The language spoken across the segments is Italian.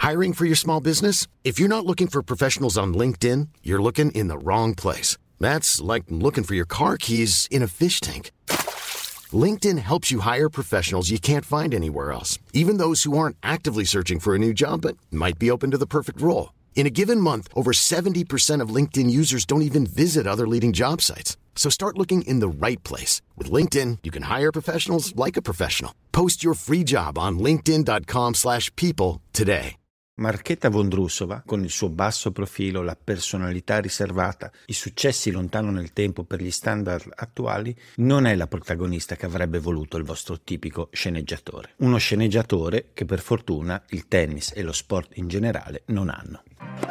Hiring for your small business? If you're not looking for professionals on LinkedIn, you're looking in the wrong place. That's like looking for your car keys in a fish tank. LinkedIn helps you hire professionals you can't find anywhere else, even those who aren't actively searching for a new job but might be open to the perfect role. In a given month, over 70% of LinkedIn users don't even visit other leading job sites. So start looking in the right place. With LinkedIn, you can hire professionals like a professional. Post your free job on linkedin.com/people today. Markéta Vondrousova, con il suo basso profilo, la personalità riservata, i successi lontano nel tempo per gli standard attuali, non è la protagonista che avrebbe voluto il vostro tipico sceneggiatore. Uno sceneggiatore che per fortuna il tennis e lo sport in generale non hanno.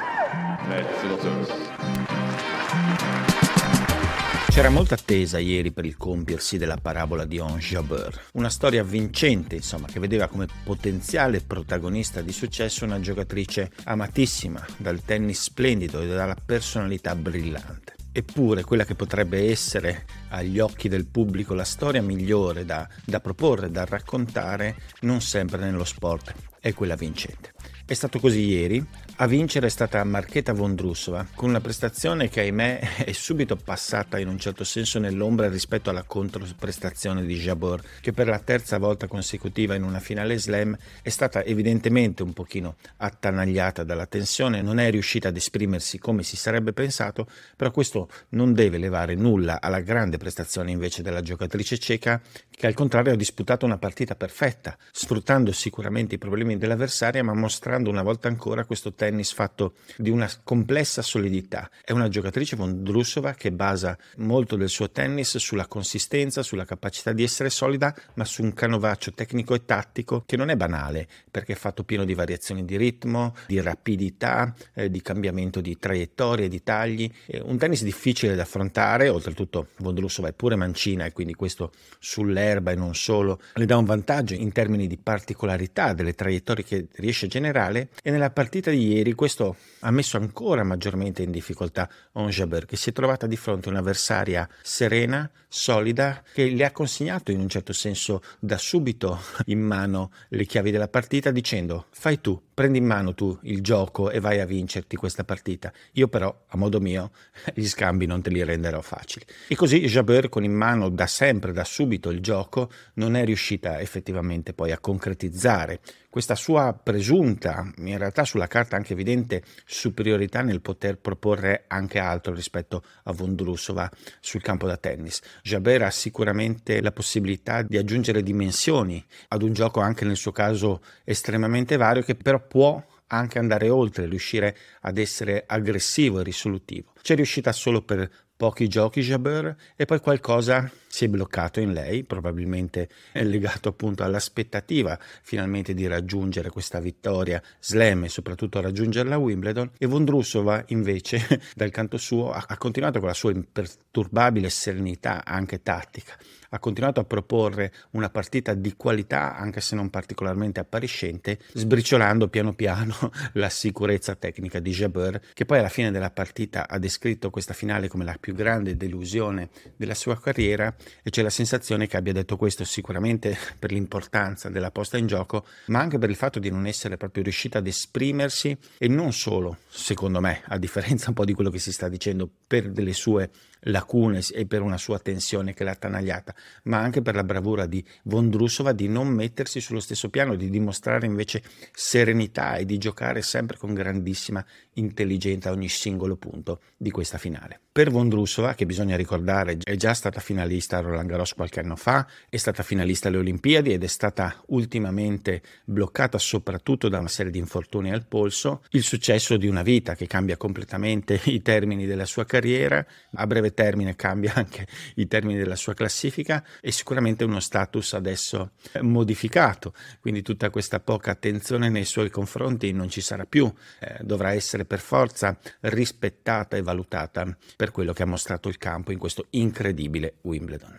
C'era molta attesa ieri per il compiersi della parabola di Ons Jabeur, una storia vincente, insomma, che vedeva come potenziale protagonista di successo una giocatrice amatissima dal tennis splendido e dalla personalità brillante. Eppure quella che potrebbe essere agli occhi del pubblico la storia migliore da proporre, da raccontare, non sempre nello sport è quella vincente. È stato così ieri. A vincere è stata Markéta Vondrousova, con una prestazione che ahimè è subito passata in un certo senso nell'ombra rispetto alla controprestazione di Jabeur, che per la terza volta consecutiva in una finale slam è stata evidentemente un pochino attanagliata dalla tensione, non è riuscita ad esprimersi come si sarebbe pensato, però questo non deve levare nulla alla grande prestazione invece della giocatrice ceca, che al contrario ha disputato una partita perfetta, sfruttando sicuramente i problemi dell'avversaria, ma mostrando una volta ancora questo tennis fatto di una complessa solidità. È una giocatrice Vondrousova che basa molto del suo tennis sulla consistenza, sulla capacità di essere solida, ma su un canovaccio tecnico e tattico che non è banale, perché è fatto pieno di variazioni di ritmo, di rapidità, di cambiamento di traiettorie, di tagli. È un tennis difficile da affrontare, oltretutto Vondrousova è pure mancina e quindi questo sull'erba e non solo le dà un vantaggio in termini di particolarità delle traiettorie che riesce a generare, e nella partita di ieri questo ha messo ancora maggiormente in difficoltà Ons Jabeur, che si è trovata di fronte a un'avversaria serena, solida, che le ha consegnato in un certo senso da subito in mano le chiavi della partita, dicendo: fai tu, prendi in mano tu il gioco e vai a vincerti questa partita, io però a modo mio gli scambi non te li renderò facili. E così Jabeur, con in mano da sempre, da subito il gioco, non è riuscita effettivamente poi a concretizzare questa sua presunta, in realtà sulla carta anche evidente, superiorità nel poter proporre anche altro rispetto a Vondrousova sul campo da tennis. Jabeur ha sicuramente la possibilità di aggiungere dimensioni ad un gioco anche nel suo caso estremamente vario, che però può anche andare oltre, riuscire ad essere aggressivo e risolutivo. C'è riuscita solo per pochi giochi Jabeur, e poi qualcosa si è bloccato in lei, probabilmente è legato appunto all'aspettativa finalmente di raggiungere questa vittoria slam e soprattutto raggiungerla a Wimbledon. E Vondrousova invece dal canto suo ha continuato con la sua imperturbabile serenità anche tattica, ha continuato a proporre una partita di qualità anche se non particolarmente appariscente, sbriciolando piano piano la sicurezza tecnica di Jabeur, che poi alla fine della partita ha descritto questa finale come la più grande delusione della sua carriera, e c'è la sensazione che abbia detto questo sicuramente per l'importanza della posta in gioco, ma anche per il fatto di non essere proprio riuscita ad esprimersi, e non solo, secondo me, a differenza un po' di quello che si sta dicendo, per delle sue lacune e per una sua tensione che l'ha attanagliata, ma anche per la bravura di Vondrousova di non mettersi sullo stesso piano, di dimostrare invece serenità e di giocare sempre con grandissima intelligenza ogni singolo punto di questa finale. Per Vondrousova, che bisogna ricordare è già stata finalista a Roland Garros qualche anno fa, è stata finalista alle Olimpiadi ed è stata ultimamente bloccata soprattutto da una serie di infortuni al polso, il successo di una vita che cambia completamente i termini della sua carriera, a breve termine cambia anche i termini della sua classifica, e sicuramente uno status adesso modificato, quindi tutta questa poca attenzione nei suoi confronti non ci sarà più, dovrà essere per forza rispettata e valutata per quello che ha mostrato il campo in questo incredibile Wimbledon.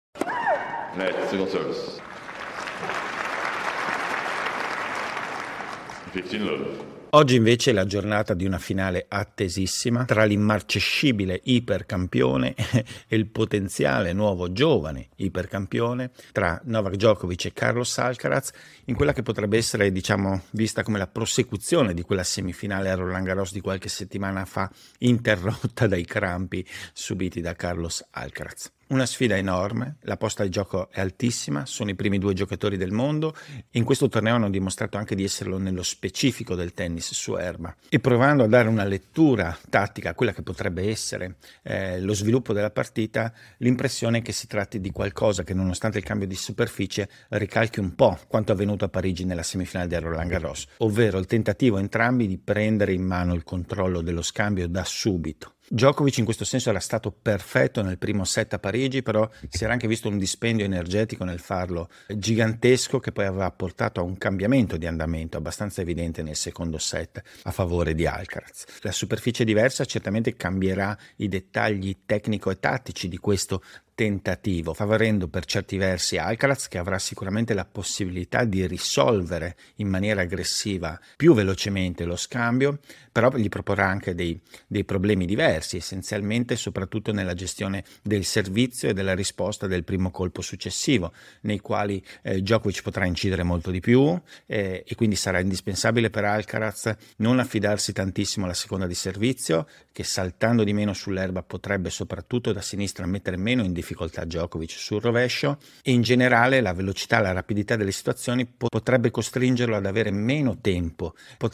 Single service. 15 love. Oggi invece è la giornata di una finale attesissima tra l'immarcescibile ipercampione e il potenziale nuovo giovane ipercampione, tra Novak Djokovic e Carlos Alcaraz, in quella che potrebbe essere, vista come la prosecuzione di quella semifinale a Roland Garros di qualche settimana fa, interrotta dai crampi subiti da Carlos Alcaraz. Una sfida enorme, la posta di gioco è altissima, sono i primi 2 giocatori del mondo e in questo torneo hanno dimostrato anche di esserlo nello specifico del tennis su erba. E provando a dare una lettura tattica a quella che potrebbe essere lo sviluppo della partita, l'impressione è che si tratti di qualcosa che, nonostante il cambio di superficie, ricalchi un po' quanto avvenuto a Parigi nella semifinale del Roland Garros, ovvero il tentativo entrambi di prendere in mano il controllo dello scambio da subito. Djokovic in questo senso era stato perfetto nel primo set a Parigi, però si era anche visto un dispendio energetico nel farlo gigantesco, che poi aveva portato a un cambiamento di andamento abbastanza evidente nel secondo set a favore di Alcaraz. La superficie diversa certamente cambierà i dettagli tecnico e tattici di questo tentativo, favorendo per certi versi Alcaraz, che avrà sicuramente la possibilità di risolvere in maniera aggressiva più velocemente lo scambio, però gli proporrà anche dei problemi diversi, essenzialmente soprattutto nella gestione del servizio e della risposta del primo colpo successivo, nei quali Djokovic potrà incidere molto di più e quindi sarà indispensabile per Alcaraz non affidarsi tantissimo alla seconda di servizio, che saltando di meno sull'erba potrebbe soprattutto da sinistra mettere meno in difficoltà Djokovic sul rovescio, e in generale la velocità, la rapidità delle situazioni potrebbe costringerlo ad avere meno tempo,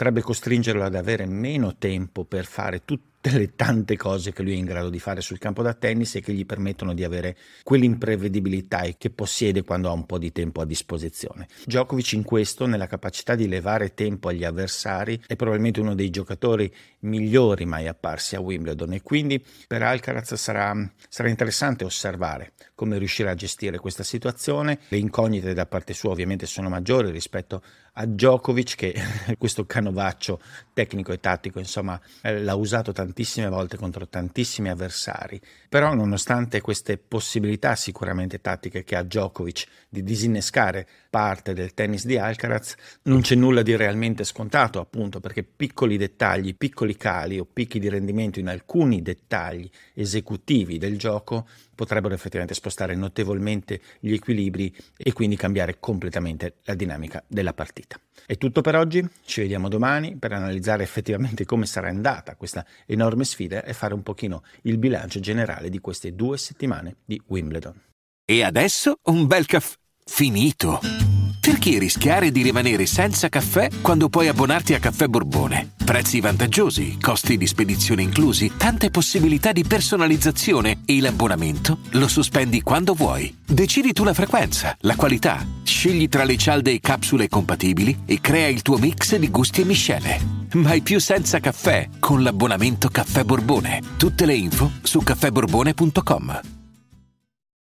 per fare tutte le tante cose che lui è in grado di fare sul campo da tennis e che gli permettono di avere quell'imprevedibilità che possiede quando ha un po' di tempo a disposizione. Djokovic in questo, nella capacità di levare tempo agli avversari, è probabilmente uno dei giocatori migliori mai apparsi a Wimbledon, e quindi per Alcaraz sarà interessante osservare come riuscirà a gestire questa situazione. Le incognite da parte sua ovviamente sono maggiori rispetto a Djokovic, che questo canovaccio tecnico e tattico l'ha usato tantissime volte contro tantissimi avversari, però nonostante queste possibilità sicuramente tattiche che ha Djokovic di disinnescare parte del tennis di Alcaraz, non c'è nulla di realmente scontato, appunto perché piccoli dettagli, piccoli cali o picchi di rendimento in alcuni dettagli esecutivi del gioco potrebbero effettivamente spostare notevolmente gli equilibri e quindi cambiare completamente la dinamica della partita. È tutto per oggi, ci vediamo domani per analizzare effettivamente come sarà andata questa enorme sfida e fare un pochino il bilancio generale di queste 2 settimane di Wimbledon. E adesso un bel caffè finito. Perché rischiare di rimanere senza caffè quando puoi abbonarti a Caffè Borbone? Prezzi vantaggiosi, costi di spedizione inclusi, tante possibilità di personalizzazione e l'abbonamento lo sospendi quando vuoi. Decidi tu la frequenza, la qualità, scegli tra le cialde e capsule compatibili e crea il tuo mix di gusti e miscele. Mai più senza caffè con l'abbonamento Caffè Borbone. Tutte le info su caffèborbone.com.